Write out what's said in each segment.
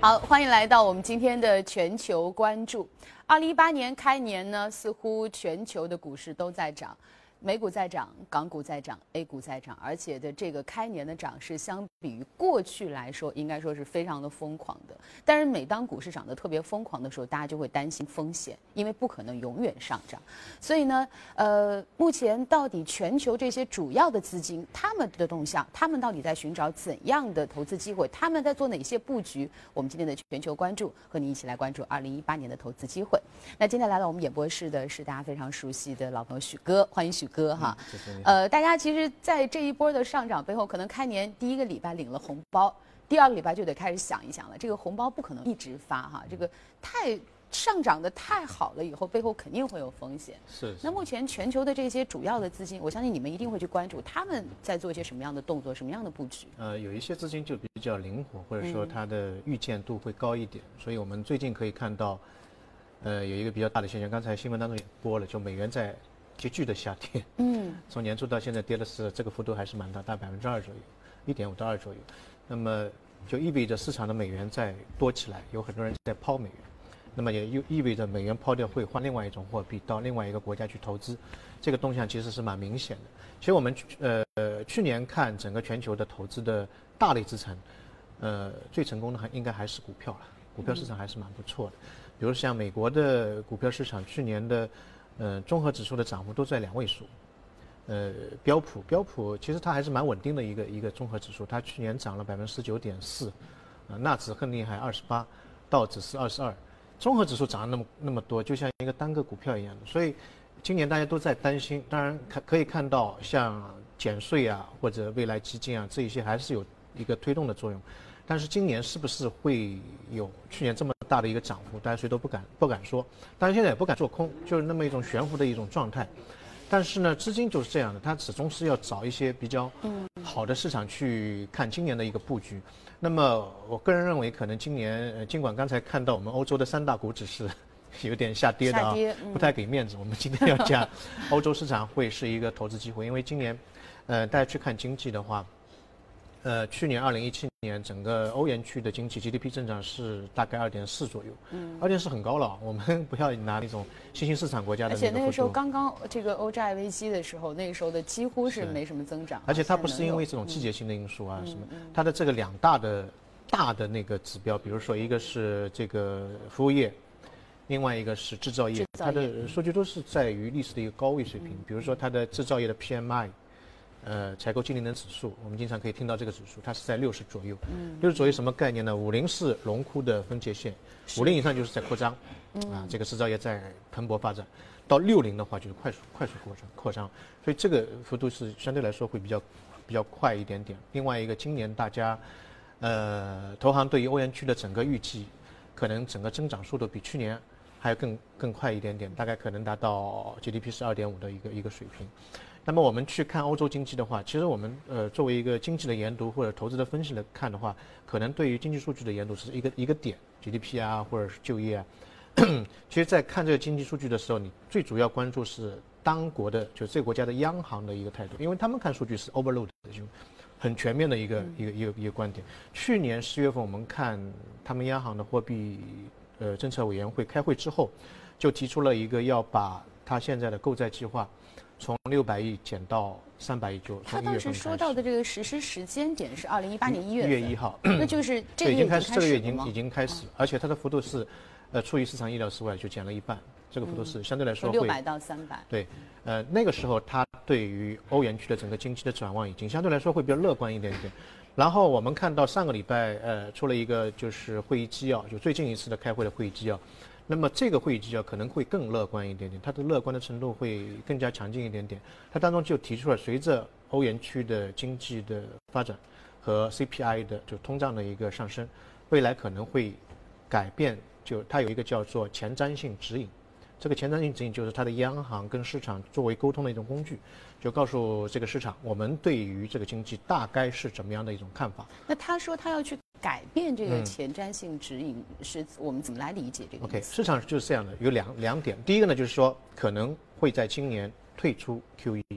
好，欢迎来到我们今天的全球关注。2018年开年呢，似乎全球的股市都在涨。美股在涨，港股在涨 ，A 股在涨，而且的这个开年的涨势，相比于过去来说，应该说是非常的疯狂的。但是每当股市涨得特别疯狂的时候，大家就会担心风险，因为不可能永远上涨。所以呢，目前到底全球这些主要的资金他们的动向，他们到底在寻找怎样的投资机会，他们在做哪些布局？我们今天的全球关注和你一起来关注2018年的投资机会。那今天来到我们演播室的是大家非常熟悉的老朋友许哥，欢迎许哥哈。大家其实在这一波的上涨背后，可能开年第一个礼拜领了红包，第二个礼拜就得开始想一想了，这个红包不可能一直发哈，这个上涨的太好了以后，背后肯定会有风险。 是。 那目前全球的这些主要的资金，我相信你们一定会去关注，他们在做一些什么样的动作，什么样的布局？ 有一些资金就比较灵活，或者说它的预见度会高一点，所以我们最近可以看到，有一个比较大的现象，刚才新闻当中也播了，就美元在急剧的下跌，从年初到现在跌的是这个幅度还是蛮大，大2%左右，1.5到2左右，那么就意味着市场的美元在多起来，有很多人在抛美元，那么也意味着美元抛掉会换另外一种货币到另外一个国家去投资，这个动向其实是蛮明显的。其实我们去年看整个全球的投资的大类资产，最成功的应该还是股票了，股票市场还是蛮不错的，比如像美国的股票市场去年的。综合指数的涨幅都在2位数，标普其实它还是蛮稳定的一个综合指数，它去年涨了19.4%，纳指更厉害28%，道指是22%，综合指数涨了那么多，就像一个单个股票一样的，所以今年大家都在担心，当然可以看到像减税啊或者未来基金啊这一些还是有一个推动的作用。但是今年是不是会有去年这么大的一个涨幅，大家谁都不敢说，当然现在也不敢做空，就是那么一种悬浮的一种状态。但是呢，资金就是这样的，它始终是要找一些比较好的市场去看今年的一个布局。那么我个人认为，可能今年尽管刚才看到我们欧洲的3大股指是有点下跌的啊，不太给面子，我们今天要讲欧洲市场会是一个投资机会，因为今年大家去看经济的话。去年2017年整个欧元区的经济 GDP 增长是大概2.4左右，2.4很高了。我们不要拿那种新兴市场国家的那个。 而且那个时候刚刚这个欧债危机的时候，那个时候的几乎是没什么增长。 而且它不是因为这种季节性的因素啊什么，它的这个2大的那个指标，比如说一个是这个服务业，另外一个是制造业，它的数据都是在于历史的一个高位水平。比如说它的制造业的 PMI。采购经理人指数，我们经常可以听到这个指数，它是在60左右。60左右什么概念呢？50是龙枯的分界线，50以上就是在扩张，这个制造业在蓬勃发展。到60的话就是快速扩张，所以这个幅度是相对来说会比较快一点点。另外一个，今年大家，投行对于欧元区的整个预计，可能整个增长速度比去年还要更快一点点，大概可能达到 GDP 是2.5的一个水平。那么我们去看欧洲经济的话，其实我们作为一个经济的研读或者投资的分析来看的话，可能对于经济数据的研读是一个点 ，GDP 啊或者是就业啊。其实，在看这个经济数据的时候，你最主要关注是当国的就这个国家的央行的一个态度，因为他们看数据是 overload 的，就很全面的一个观点。去年10月份我们看他们央行的货币政策委员会开会之后，就提出了一个要把他现在的购债计划。从600亿减到300亿，就从1月份开始。他当时说到的这个实施时间点是2018年1月份。1月 1号， 那就是这个月已经开始了吗？ 这个月已经开始，而且它的幅度是，出于市场意料之外，就减了一半。这个幅度是相对来说会 600到300。 对，那个时候它对于欧元区的整个经济的展望已经相对来说会比较乐观一点点。然后我们看到上个礼拜出了一个就是会议纪要，就最近一次的开会的会议纪要。那么这个会议纪要可能会更乐观一点点，它的乐观的程度会更加强劲一点点。它当中就提出了，随着欧元区的经济的发展和 CPI 的就通胀的一个上升，未来可能会改变，就它有一个叫做前瞻性指引。这个前瞻性指引就是它的央行跟市场作为沟通的一种工具，就告诉这个市场我们对于这个经济大概是怎么样的一种看法。 那他说他要去改变这个前瞻性指引，是我们怎么来理解这个 ？OK， 市场就是这样的，有两点。第一个呢，就是说可能会在今年退出 QE，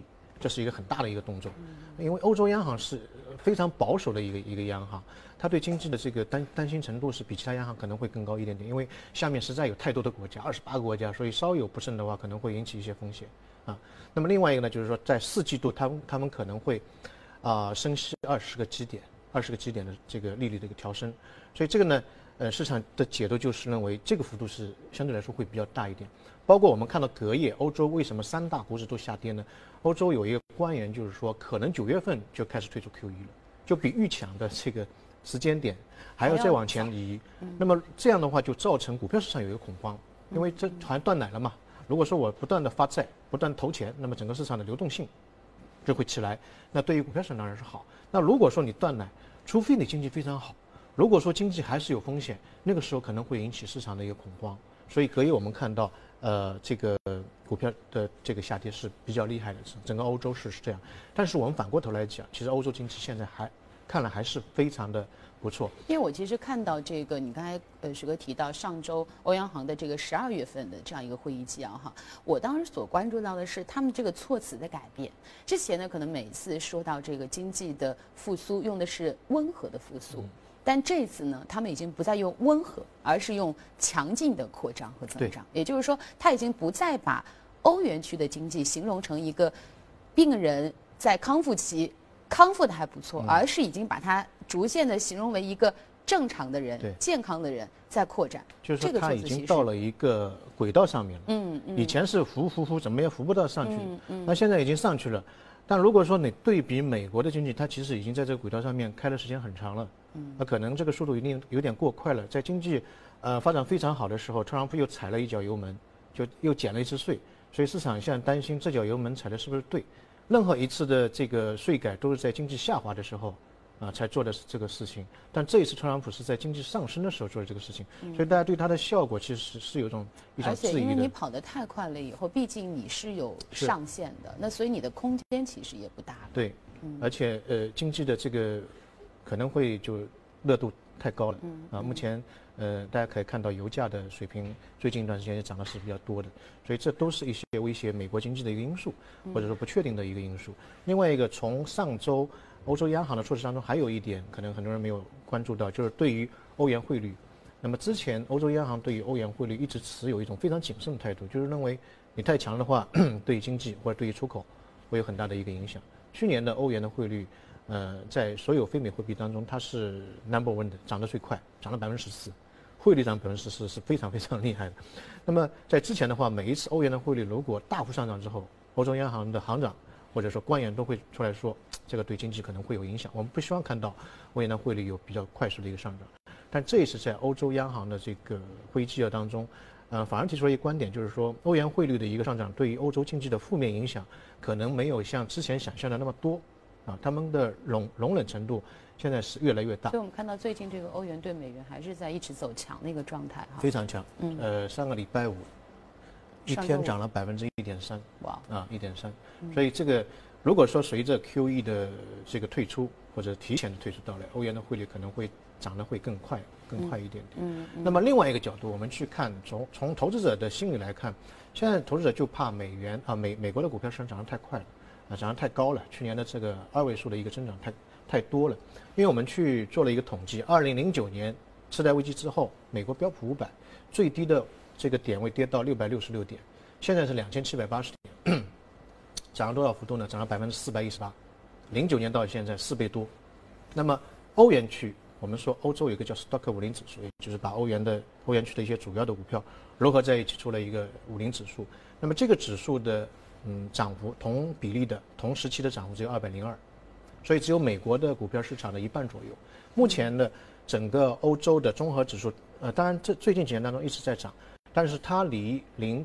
这是一个很大的一个动作，因为欧洲央行是非常保守的一个央行，它对经济的这个担心程度是比其他央行可能会更高一点点，因为下面实在有太多的国家，28个国家，所以稍有不慎的话可能会引起一些风险啊。那么另外一个呢，就是说在4季度他们可能会升息20个基点的这个利率的一个调升，所以这个呢市场的解读就是认为这个幅度是相对来说会比较大一点。包括我们看到隔夜欧洲为什么3大股指都下跌呢？欧洲有一个官员就是说，可能9月份就开始退出 QE 了，就比预想的这个时间点还要再往前移。那么这样的话就造成股票市场有一个恐慌，因为这好像断奶了嘛。如果说我不断的发债，不断投钱，那么整个市场的流动性就会起来，那对于股票市场当然是好。那如果说你断奶，除非你经济非常好，如果说经济还是有风险，那个时候可能会引起市场的一个恐慌。所以隔夜我们看到这个股票的这个下跌是比较厉害的，整个欧洲是这样。但是我们反过头来讲，其实欧洲经济现在看来还是非常的不错。 因为我其实看到这个，你刚才石哥提到上周欧央行的这个12月份的这样一个会议纪要哈，我当时所关注到的是他们这个措辞的改变。之前呢，可能每次说到这个经济的复苏，用的是温和的复苏。但这次呢，他们已经不再用温和，而是用强劲的扩张和增长。也就是说，他已经不再把欧元区的经济形容成一个病人在康复期，康复的还不错，而是已经把它逐渐的形容为一个正常的人、健康的人在扩展。 就是说，他已经到了一个轨道上面了。以前是浮，怎么也浮不到上去，那现在已经上去了。但如果说你对比美国的经济，它其实已经在这个轨道上面开的时间很长了，那可能这个速度一定有点过快了。在经济发展非常好的时候，特朗普又踩了一脚油门，就又减了一次税，所以市场现在担心这脚油门踩的是不是对。任何一次的这个税改都是在经济下滑的时候才做的这个事情，但这一次特朗普是在经济上升的时候做的这个事情，所以大家对它的效果其实是有一种质疑的。 而且因为你跑得太快了以后，毕竟你是有上限的，那所以你的空间其实也不大了。 对，而且经济的这个可能会就热度太高了目前大家可以看到油价的水平最近一段时间也涨得是比较多的，所以这都是一些威胁美国经济的一个因素，或者说不确定的一个因素。另外一个，从上周欧洲央行的措施当中，还有一点可能很多人没有关注到，就是对于欧元汇率。那么之前欧洲央行对于欧元汇率一直持有一种非常谨慎的态度，就是认为你太强的话，对于经济或者对于出口会有很大的一个影响。去年的欧元的汇率，在所有非美货币当中，它是 No.1 的，涨得最快，涨了14%，汇率涨14%是非常非常厉害的。那么在之前的话，每一次欧元的汇率如果大幅上涨之后，欧洲央行的行长或者说官员都会出来说，这个对经济可能会有影响，我们不希望看到欧元的汇率有比较快速的一个上涨。但这一次在欧洲央行的这个会议纪要当中，反而提出了一个观点，就是说欧元汇率的一个上涨对于欧洲经济的负面影响可能没有像之前想象的那么多，他们的容忍程度现在是越来越大。 所以我们看到最近这个欧元对美元还是在一直走强的一个状态哈， 非常强。上个礼拜五一天涨了1.3%， 哇 1.3%。所以这个如果说随着 QE 的这个退出或者提前的退出到来，欧元的汇率可能会涨得会更快一点点。那么另外一个角度，我们去看从投资者的心理来看，现在投资者就怕美元美国的股票市场涨得太快了，涨得太高了，去年的这个2位数的一个增长太多了。因为我们去做了一个统计，2009年次贷危机之后，美国标普500最低的这个点位跌到666点，现在是2780点，涨了多少幅度呢？涨了418%，09年到现在4倍多。那么欧元区，我们说欧洲有一个叫 Stock 50指数，也就是把欧元区的一些主要的股票糅合在一起出了一个50指数。那么这个指数的涨幅同比例的同时期的涨幅只有202，所以只有美国的股票市场的一半左右。目前的整个欧洲的综合指数，当然这最近几年当中一直在涨，但是它离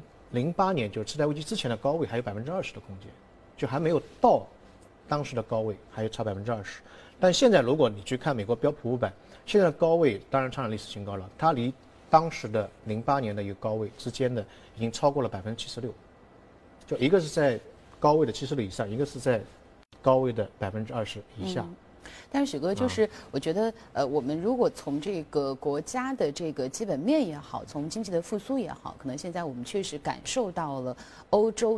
08年就是次贷危机之前的高位还有20%的空间，就还没有到当时的高位，还有差20%。但现在如果你去看美国标普500，现在的高位当然创了历史新高了，它离当时的08年的一个高位之间的已经超过了76%，就一个是在高位的76以上，一个是在高位的20%以下。 但是许哥，就是我觉得我们如果从这个国家的这个基本面也好，从经济的复苏也好，可能现在我们确实感受到了欧洲的一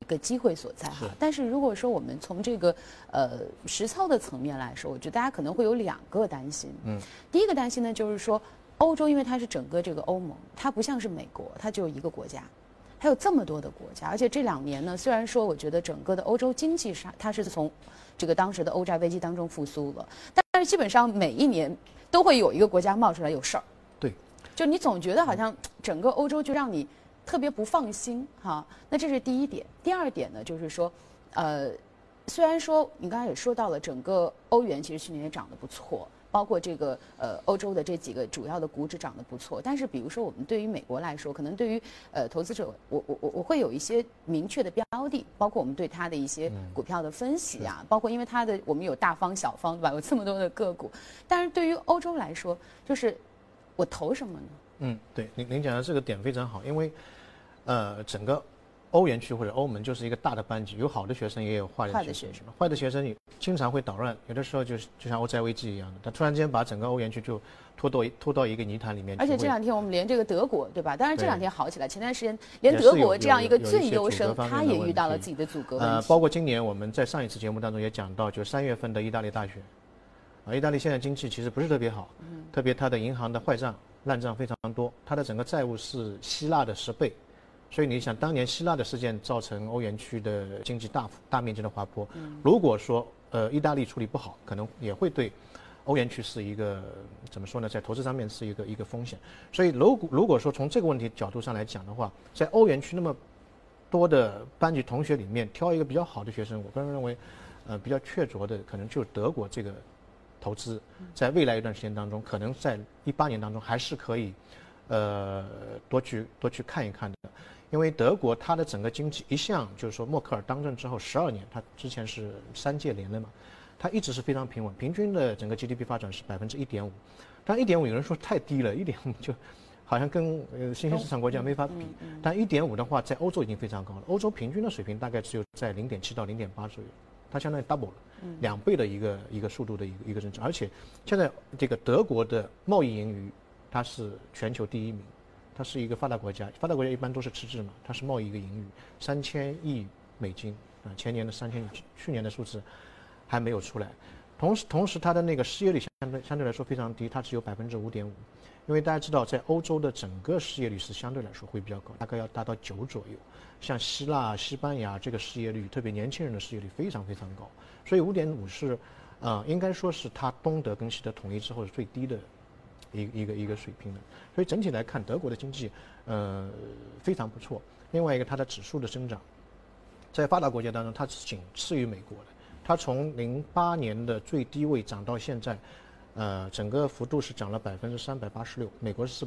个机会所在哈。但是如果说我们从这个实操的层面来说，我觉得大家可能会有2个担心。第一个担心呢，就是说欧洲因为它是整个这个欧盟，它不像是美国，它只有一个国家。还有这么多的国家，而且这2年呢，虽然说我觉得整个的欧洲经济上它是从这个当时的欧债危机当中复苏了，但是基本上每一年都会有一个国家冒出来有事儿。 对， 就你总觉得好像整个欧洲就让你特别不放心哈。那这是第一点。第二点呢，就是说，虽然说你刚才也说到了，整个欧元其实去年也涨得不错。包括这个欧洲的这几个主要的股指涨得不错，但是比如说我们对于美国来说，可能对于投资者，我会有一些明确的标的，包括我们对它的一些股票的分析啊，包括因为它的我们有大方小方对吧，有这么多的个股，但是对于欧洲来说，就是我投什么呢？ 对，您讲的这个点非常好，因为整个欧元区或者欧盟就是一个大的班级，有好的学生也有坏的学生。坏的学生经常会捣乱，有的时候就像欧债危机一样的，他突然间把整个欧元区就拖到一个泥潭里面。 而且这2天我们连这个德国，对吧？当然这2天好起来，前段时间连德国这样一个最优生，他也遇到了自己的阻隔问题。 包括今年我们在上一次节目当中也讲到，就3月份的意大利大选，意大利现在经济其实不是特别好，特别它的银行的坏账烂账非常多，它的整个债务是希腊的10倍。所以你想，当年希腊的事件造成欧元区的经济大面积的滑坡。如果说意大利处理不好，可能也会对欧元区是一个怎么说呢，在投资上面是一个风险。所以如果说从这个问题角度上来讲的话，在欧元区那么多的班级同学里面挑一个比较好的学生，我个人认为，比较确凿的可能就是德国这个投资，在未来一段时间当中，可能在18年当中还是可以多去看一看的。因为德国它的整个经济一向就是说默克尔当政之后12年，他之前是3届连任嘛，它一直是非常平稳，平均的整个 GDP 发展是1.5%，但1.5有人说太低了，1.5就好像跟新兴市场国家没法比，但1.5的话在欧洲已经非常高了，欧洲平均的水平大概只有在0.7到0.8左右，它相当于 double 了，2倍的一个速度的一个增长，而且现在这个德国的贸易盈余它是全球第1名。它是一个发达国家，发达国家一般都是赤字嘛，它是贸易一个盈余3000亿美金前年的3000亿，去年的数字还没有出来。同时它的那个失业率相对来说非常低，它只有5.5%，因为大家知道在欧洲的整个失业率是相对来说会比较高，大概要达到9左右。像希腊、西班牙这个失业率，特别年轻人的失业率非常非常高，所以5.5是应该说是它东德跟西德统一之后最低的一个水平的，所以整体来看，德国的经济非常不错。另外一个，它的指数的增长，在发达国家当中，它是仅次于美国的。它从08年的最低位涨到现在，整个幅度是涨了386%，美国是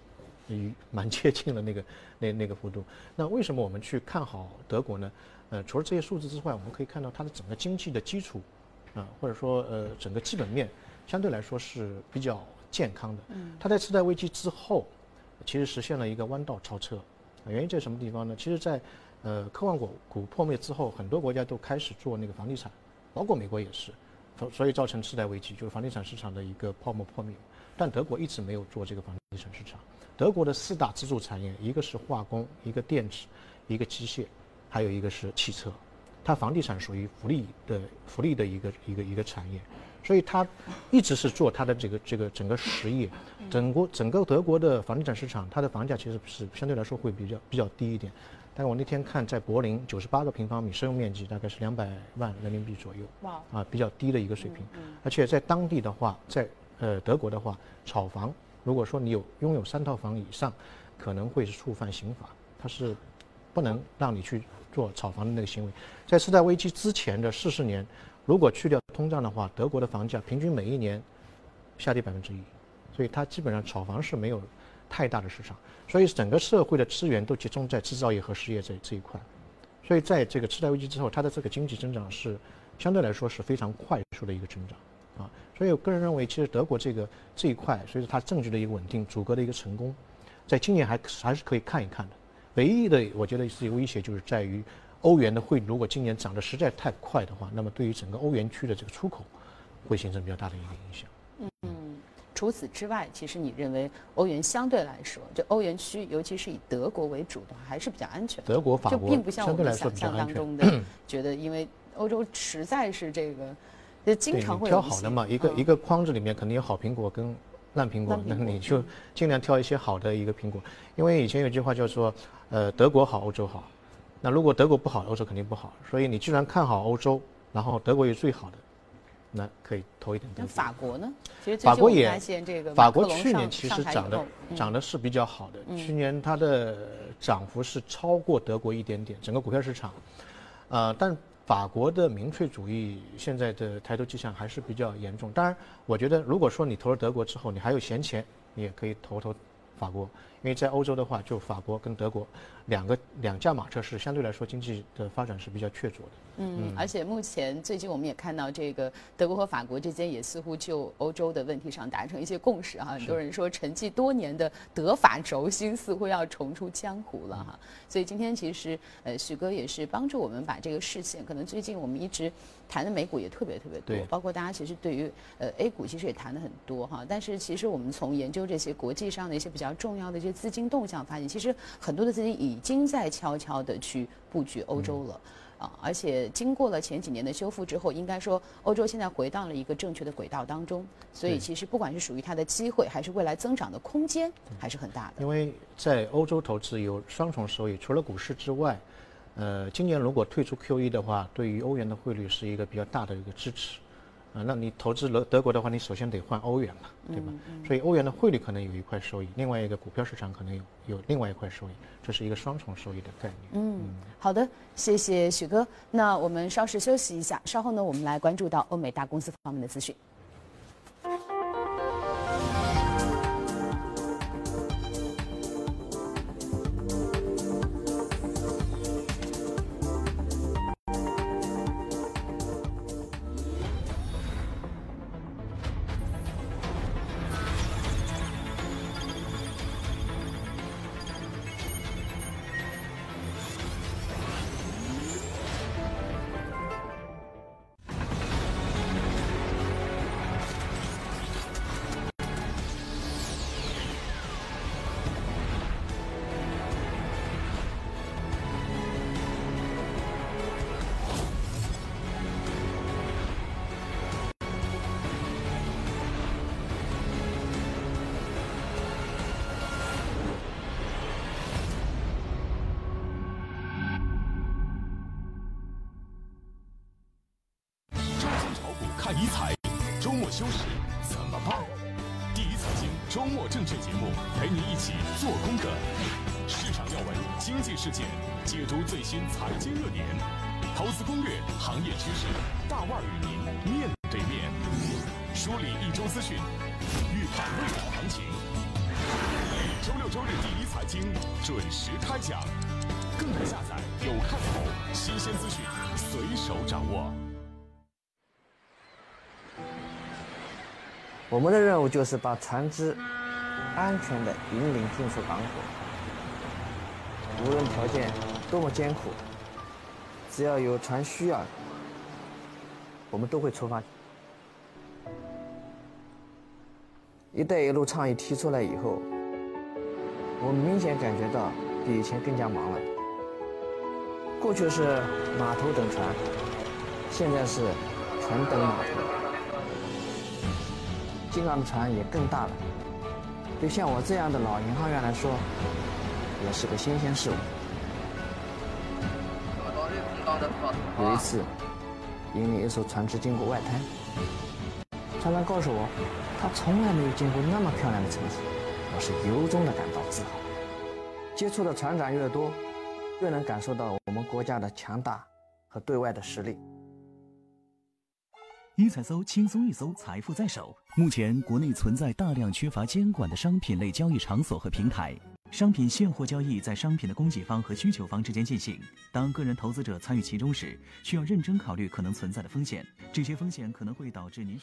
418%，蛮接近了那个幅度。那为什么我们去看好德国呢？除了这些数字之外，我们可以看到它的整个经济的基础，或者说整个基本面相对来说是比较健康的。它在次贷危机之后，其实实现了一个弯道超车。原因在什么地方呢？其实在科幻股破灭之后，很多国家都开始做那个房地产，包括美国也是，所以造成次贷危机，就是房地产市场的一个泡沫破灭。但德国一直没有做这个房地产市场。德国的4大支柱产业，一个是化工，一个电子，一个机械，还有一个是汽车。它房地产属于福利的一个产业。所以它一直是做它的这个整个实业，整个德国的房地产市场，它的房价其实是相对来说会比较低一点。但是我那天看在柏林98个平方米生用面积大概是200万人民币左右，比较低的一个水平。而且在当地的话，在德国的话，炒房，如果说你拥有3套房以上，可能会是触犯刑法，它是不能让你去做炒房的那个行为。在次贷危机之前的40年。如果去掉通胀的话，德国的房价平均每一年下跌1%，所以它基本上炒房是没有太大的市场，所以整个社会的资源都集中在制造业和实业这一块，所以在这个次贷危机之后，它的这个经济增长是相对来说是非常快速的一个增长所以我个人认为，其实德国这一块，随着它政局的一个稳定，阻隔的一个成功，在今年还是可以看一看的。唯一的我觉得是威胁就是在于。欧元的汇率如果今年涨得实在太快的话，那么对于整个欧元区的这个出口，会形成比较大的一个影响。 除此之外，其实你认为欧元相对来说，就欧元区，尤其是以德国为主的话，还是比较安全的。 德国、法国就并不像我们想象当中的，觉得因为欧洲实在是这个，就经常会有挑好的嘛，一个筐子里面肯定有好苹果跟烂苹果，那你就尽量挑一些好的一个苹果。因为以前有句话叫做，德国好，欧洲好。那如果德国不好，欧洲肯定不好。所以你既然看好欧洲，然后德国有最好的。那可以投一点德国。 那法国呢？其实法国也发现这个法国去年其实涨得是比较好的，去年它的涨幅是超过德国一点点，整个股票市场，但法国的民粹主义现在的抬头迹象还是比较严重。当然，我觉得如果说你投了德国之后，你还有闲钱，你也可以投法国，因为在欧洲的话，就法国跟德国两驾马车是相对来说经济的发展是比较确凿的。 而且目前最近我们也看到，这个德国和法国之间也似乎就欧洲的问题上达成一些共识哈。很多人说，沉寂多年的德法轴心似乎要重出江湖了哈。所以今天其实许哥也是帮助我们把这个视线，可能最近我们一直谈的美股也特别多，包括大家其实对于A 股其实也谈的很多哈。但是其实我们从研究这些国际上的一些比较重要的一些资金动向发现，其实很多的资金已经在悄悄的去布局欧洲了。而且经过了前几年的修复之后，应该说欧洲现在回到了一个正确的轨道当中，所以其实不管是属于它的机会，还是未来增长的空间，还是很大的。 因为在欧洲投资有双重收益，除了股市之外，今年如果退出 QE 的话，对于欧元的汇率是一个比较大的一个支持。那你投资德国的话，你首先得换欧元嘛，对吧？所以欧元的汇率可能有一块收益，另外一个股票市场可能有另外一块收益，这是一个双重收益的概念。 好的，谢谢许哥。那我们稍事休息一下，稍后呢，我们来关注到欧美大公司方面的资讯。 看一财，周末休时怎么办？第一财经周末证券节目陪你一起做功课，市场要闻、经济事件，解读最新财经热点，投资攻略、行业趋势，大腕与您面对面，梳理一周资讯，预判未来行情。周六周日第一财经准时开讲，更可下载有看头，新鲜资讯随手掌握。 我们的任务就是把船只安全地引领进出港口，无论条件多么艰苦，只要有船需要，我们都会出发。“一带一路”倡议提出来以后，我明显感觉到比以前更加忙了。过去是码头等船，现在是船等码头。进港的船也更大了，对像我这样的老银行员来说，也是个新鲜事物。有一次，引领一艘船只经过外滩，船长告诉我，他从来没有见过那么漂亮的城市，我是由衷的感到自豪。接触的船长越多，越能感受到我们国家的强大和对外的实力。 一财搜轻松一搜，财富在手。目前国内存在大量缺乏监管的商品类交易场所和平台，商品现货交易在商品的供给方和需求方之间进行。当个人投资者参与其中时，需要认真考虑可能存在的风险，这些风险可能会导致您。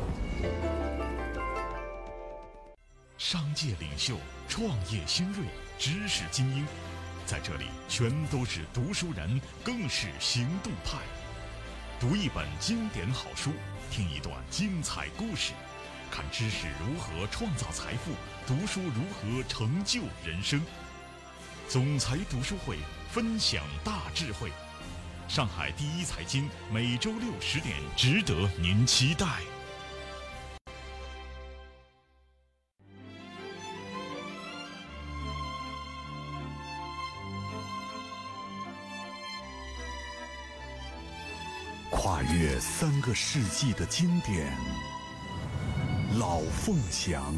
商界领袖，创业新锐， 知识精英，在这里全都是读书人，更是行动派。读一本经典好书，听一段精彩故事，看知识如何创造财富，读书如何成就人生。总裁读书会，分享大智慧。上海第一财经每周6、10点，值得您期待。跨越3个世纪的经典，老凤祥。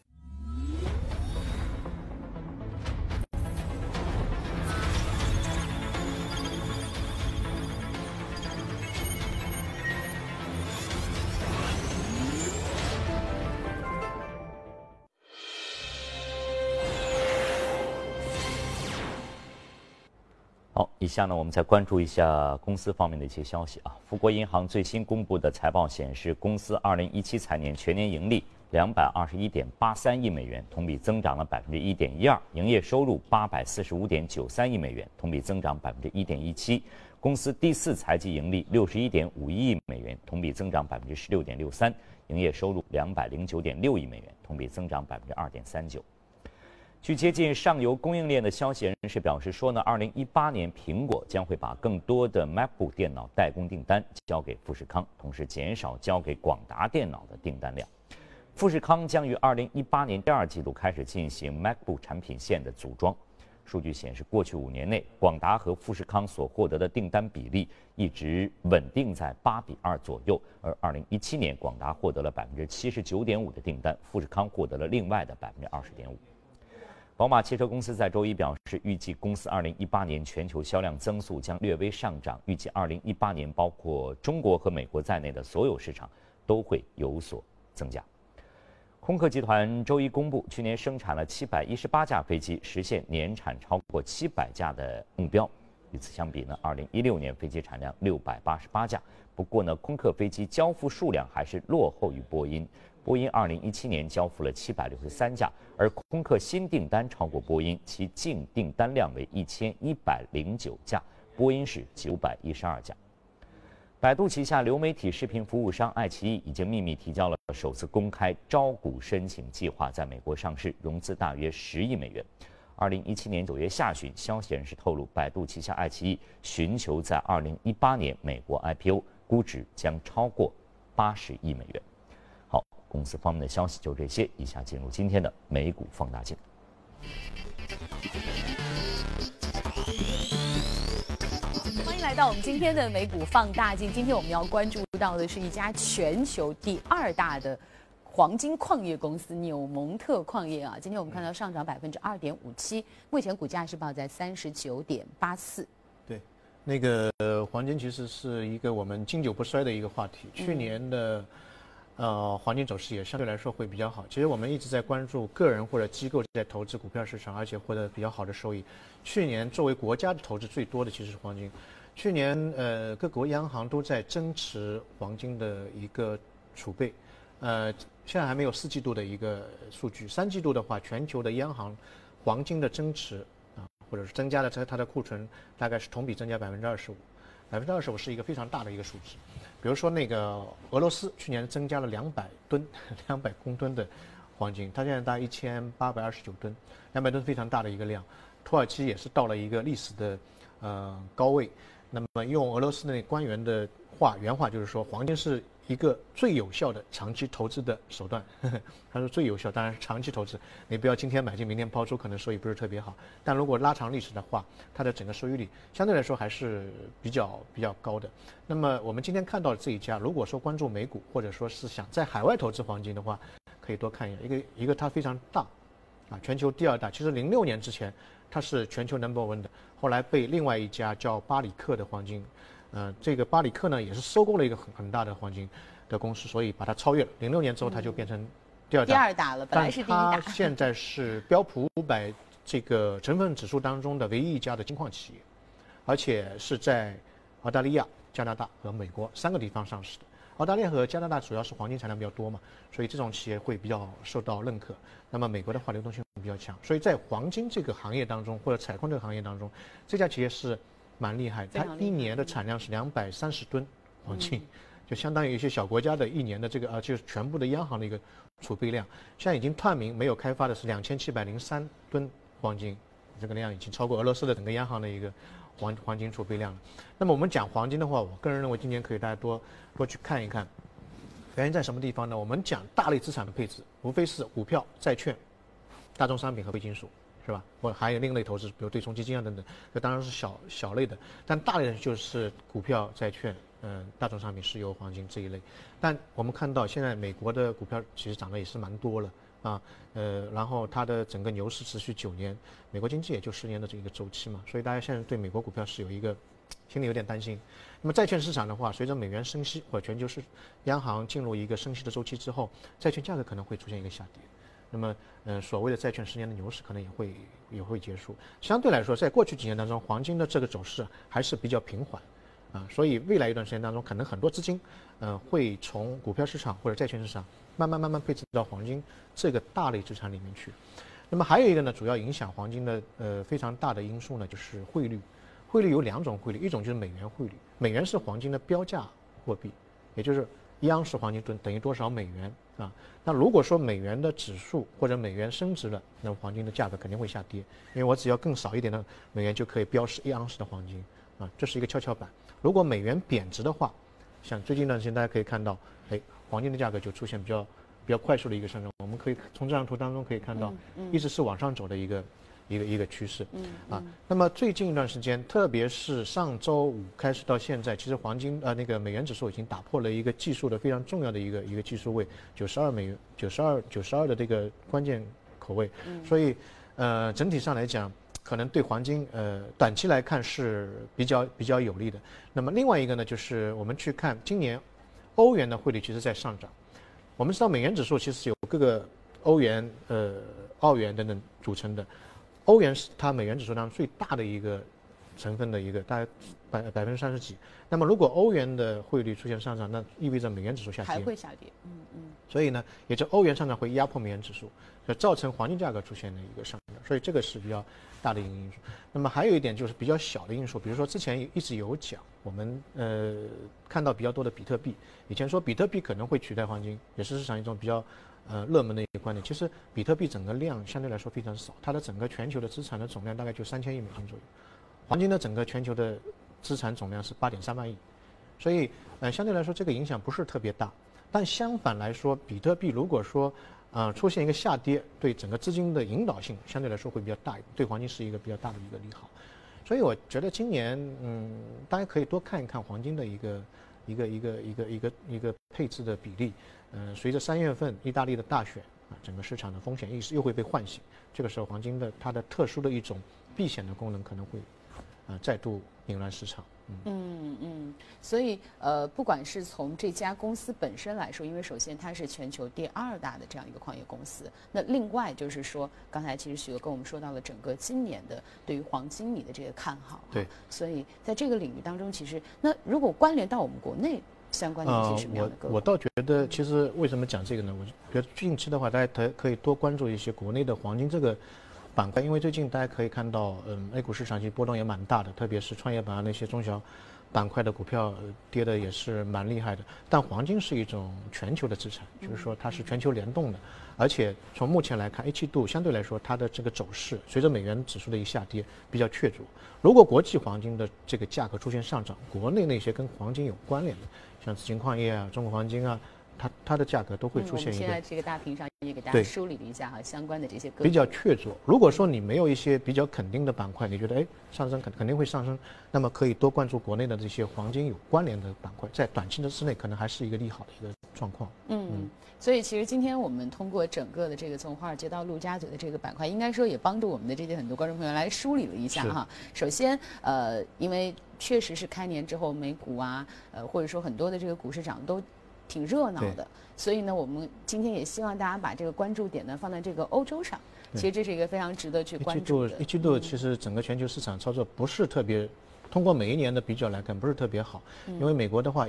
好，以下呢，我们再关注一下公司方面的一些消息啊。富国银行最新公布的财报显示，公司2017财年全年盈利221.83亿美元，同比增长了1.12%，营业收入845.93亿美元，同比增长1.17%。公司第4财季盈利61.51亿美元，同比增长16.63%，营业收入209.6亿美元，同比增长2.39%。据接近上游供应链的消息人士表示说呢，2018年苹果将会把更多的 MacBook 电脑代工订单交给富士康，同时减少交给广达电脑的订单量。富士康将于2018年第2季度开始进行 MacBook 产品线的组装。数据显示，过去5年内，广达和富士康所获得的订单比例一直稳定在8:2左右，而2017年，广达获得了79.5%的订单，富士康获得了另外的20.5%。宝马汽车公司在周一表示，预计公司2018年全球销量增速将略微上涨，预计2018年包括中国和美国在内的所有市场都会有所增加。空客集团周一公布，去年生产了718架飞机，实现年产超过700架的目标。与此相比呢，2016年飞机产量688架，不过呢，空客飞机交付数量还是落后于波音。波音2017年交付了763架，而空客新订单超过波音，其净订单量为1109架，波音是912架。百度旗下流媒体视频服务商爱奇艺已经秘密提交了首次公开招股申请计划，在美国上市，融资大约10亿美元。2017年9月下旬，消息人士透露，百度旗下爱奇艺寻求在2018年美国 IPO， 估值将超过80亿美元。好，公司方面的消息就这些，以下进入今天的美股放大镜。 欢迎来到我们今天的美股放大镜。今天我们要关注到的是一家全球第2大的黄金矿业公司纽蒙特矿业啊。今天我们看到上涨2.57%，目前股价是报在39.84。 对，那个黄金其实是一个我们经久不衰的一个话题。去年的黄金走势也相对来说会比较好。其实我们一直在关注个人或者机构在投资股票市场，而且获得比较好的收益。去年作为国家的投资最多的其实是黄金。去年各国央行都在增持黄金的一个储备。现在还没有4季度的一个数据。3季度的话，全球的央行黄金的增持或者是增加的它的库存大概是同比增加25%，25%是一个非常大的一个数字。比如说那个俄罗斯去年增加了200公吨的黄金，它现在大概1829吨，200吨非常大的一个量。土耳其也是到了一个历史的高位。那么用俄罗斯那官员的原话就是说，黄金是一个最有效的长期投资的手段。他说最有效当然是长期投资，你不要今天买进明天抛出，可能收益不是特别好。但如果拉长历史的话，它的整个收益率相对来说还是比较高的。那么我们今天看到的这一家，如果说关注美股或者说是想在海外投资黄金的话，可以多看一眼。一个它非常大，全球第2大。其实06年之前它是全球 No.1 的，后来被另外一家叫巴里克的黄金。这个巴里克呢也是收购了一个很大的黄金的公司，所以把它超越了。06年之后，它就变成第2大了，本来是第1大。 但它现在是标普500这个成分指数当中的唯一一家的金矿企业，而且是在澳大利亚、加拿大和美国3个地方上市的。 澳大利亚和加拿大主要是黄金产量比较多嘛，所以这种企业会比较受到认可。那么美国的话流动性比较强，所以在黄金这个行业当中或者采矿这个行业当中，这家企业是蛮厉害，它一年的产量是230吨黄金。就相当于一些小国家的一年的这个就是全部的央行的一个储备量，现在已经探明没有开发的是2703吨黄金，这个量已经超过俄罗斯的整个央行的一个黄金储备量了。那么我们讲黄金的话，我个人认为今年可以大家多去看一看，原因在什么地方呢？我们讲大类资产的配置，无非是股票、债券、大宗商品和贵金属，是吧？或者还有另类投资，比如对冲基金啊等等，这当然是小类的，但大类的就是股票、债券。大宗商品、石油、黄金这一类，但我们看到现在美国的股票其实涨得也是蛮多了啊，然后它的整个牛市持续9年，美国经济也就10年的这一个周期嘛，所以大家现在对美国股票是有一个心里有点担心。那么债券市场的话，随着美元升息或者全球央行进入一个升息的周期之后，债券价格可能会出现一个下跌。那么，所谓的债券10年的牛市可能也会结束。相对来说，在过去几年当中，黄金的这个走势还是比较平缓。所以未来一段时间当中，可能很多资金，会从股票市场或者债券市场慢慢配置到黄金这个大类资产里面去。那么还有一个呢，主要影响黄金的非常大的因素呢，就是汇率。汇率有2种汇率，一种就是美元汇率，美元是黄金的标价货币，也就是1盎司黄金等于多少美元啊？那如果说美元的指数或者美元升值了，那么黄金的价格肯定会下跌，因为我只要更少一点的美元就可以标示1盎司的黄金啊，这是一个跷跷板。如果美元贬值的话，像最近一段时间大家可以看到，黄金的价格就出现比较快速的一个上升。我们可以从这张图当中可以看到，一直是往上走的一个趋势。那么最近一段时间，特别是上周5开始到现在，其实黄金那个美元指数已经打破了一个技术的非常重要的一个技术位，92的这个关键口位。所以整体上来讲，可能对黄金短期来看是比较有利的。那么另外一个呢，就是我们去看今年欧元的汇率其实在上涨。我们知道美元指数其实有各个欧元、澳元等等组成的，欧元是它美元指数当中最大的一个成分的一个，大概30%几。那么如果欧元的汇率出现上涨，那意味着美元指数下跌， 还会下跌。 所以呢，也就欧元上涨会压迫美元指数，造成黄金价格出现了一个上涨。所以这个是比较大的一个因素。那么还有一点就是比较小的因素，比如说之前一直有讲，我们看到比较多的比特币，以前说比特币可能会取代黄金，也是市场一种比较热门的一个观点。其实比特币整个量相对来说非常少，它的整个全球的资产的总量大概就3000亿美金左右，黄金的整个全球的资产总量是8.3万亿，所以相对来说这个影响不是特别大。但相反来说，比特币如果说出现一个下跌，对整个资金的引导性相对来说会比较大一点，对黄金是一个比较大的一个利好。所以我觉得今年大家可以多看一看黄金的一个配置的比例。随着3月份意大利的大选整个市场的风险意识又会被唤醒，这个时候黄金的它的特殊的一种避险的功能可能会再度引燃市场。 所以不管是从这家公司本身来说，因为首先它是全球第2大的这样一个矿业公司，那另外就是说，刚才其实许哥跟我们说到了整个今年的对于黄金你的这个看好。 对， 所以在这个领域当中，其实那如果关联到我们国内相关的一些什么样的个股？ 我倒觉得，其实为什么讲这个呢？我觉得近期的话，大家可以多关注一些国内的黄金这个板块，因为最近大家可以看到，A 股市场其实波动也蛮大的，特别是创业板那些中小板块的股票跌的也是蛮厉害的。但黄金是一种全球的资产，就是说它是全球联动的，而且从目前来看，A7度相对来说它的这个走势，随着美元指数的一下跌比较确凿。如果国际黄金的这个价格出现上涨，国内那些跟黄金有关联的，像紫金矿业啊、中国黄金啊，它的价格都会出现一个。 我们现在这个大屏上也给大家梳理了一下相关的这些个股比较确凿。如果说你没有一些比较肯定的板块，你觉得上升肯定会上升，那么可以多关注国内的这些黄金有关联的板块，在短期的之内可能还是一个利好的一个状况。 所以其实今天我们通过整个的这个从华尔街到陆家嘴的这个板块，应该说也帮助我们的这些很多观众朋友来梳理了一下哈。首先因为确实是开年之后美股啊或者说很多的这个股市涨都挺热闹的，所以呢我们今天也希望大家把这个关注点呢放在这个欧洲上，其实这是一个非常值得去关注的。 一季度其实整个全球市场操作不是特别，通过每一年的比较来看不是特别好，因为美国的话一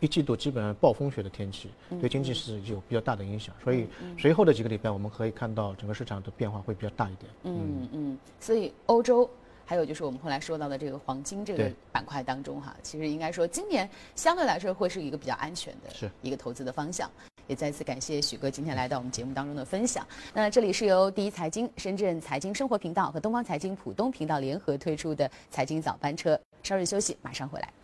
一季度基本上暴风雪的天气，对经济是有比较大的影响，所以随后的几个礼拜我们可以看到整个市场的变化会比较大一点。 所以欧洲还有就是我们后来说到的这个黄金这个板块当中哈，其实应该说今年相对来说会是一个比较安全的一个投资的方向。也再次感谢许哥今天来到我们节目当中的分享。那这里是由第一财经、深圳财经生活频道和东方财经浦东频道联合推出的财经早班车。稍事休息，马上回来。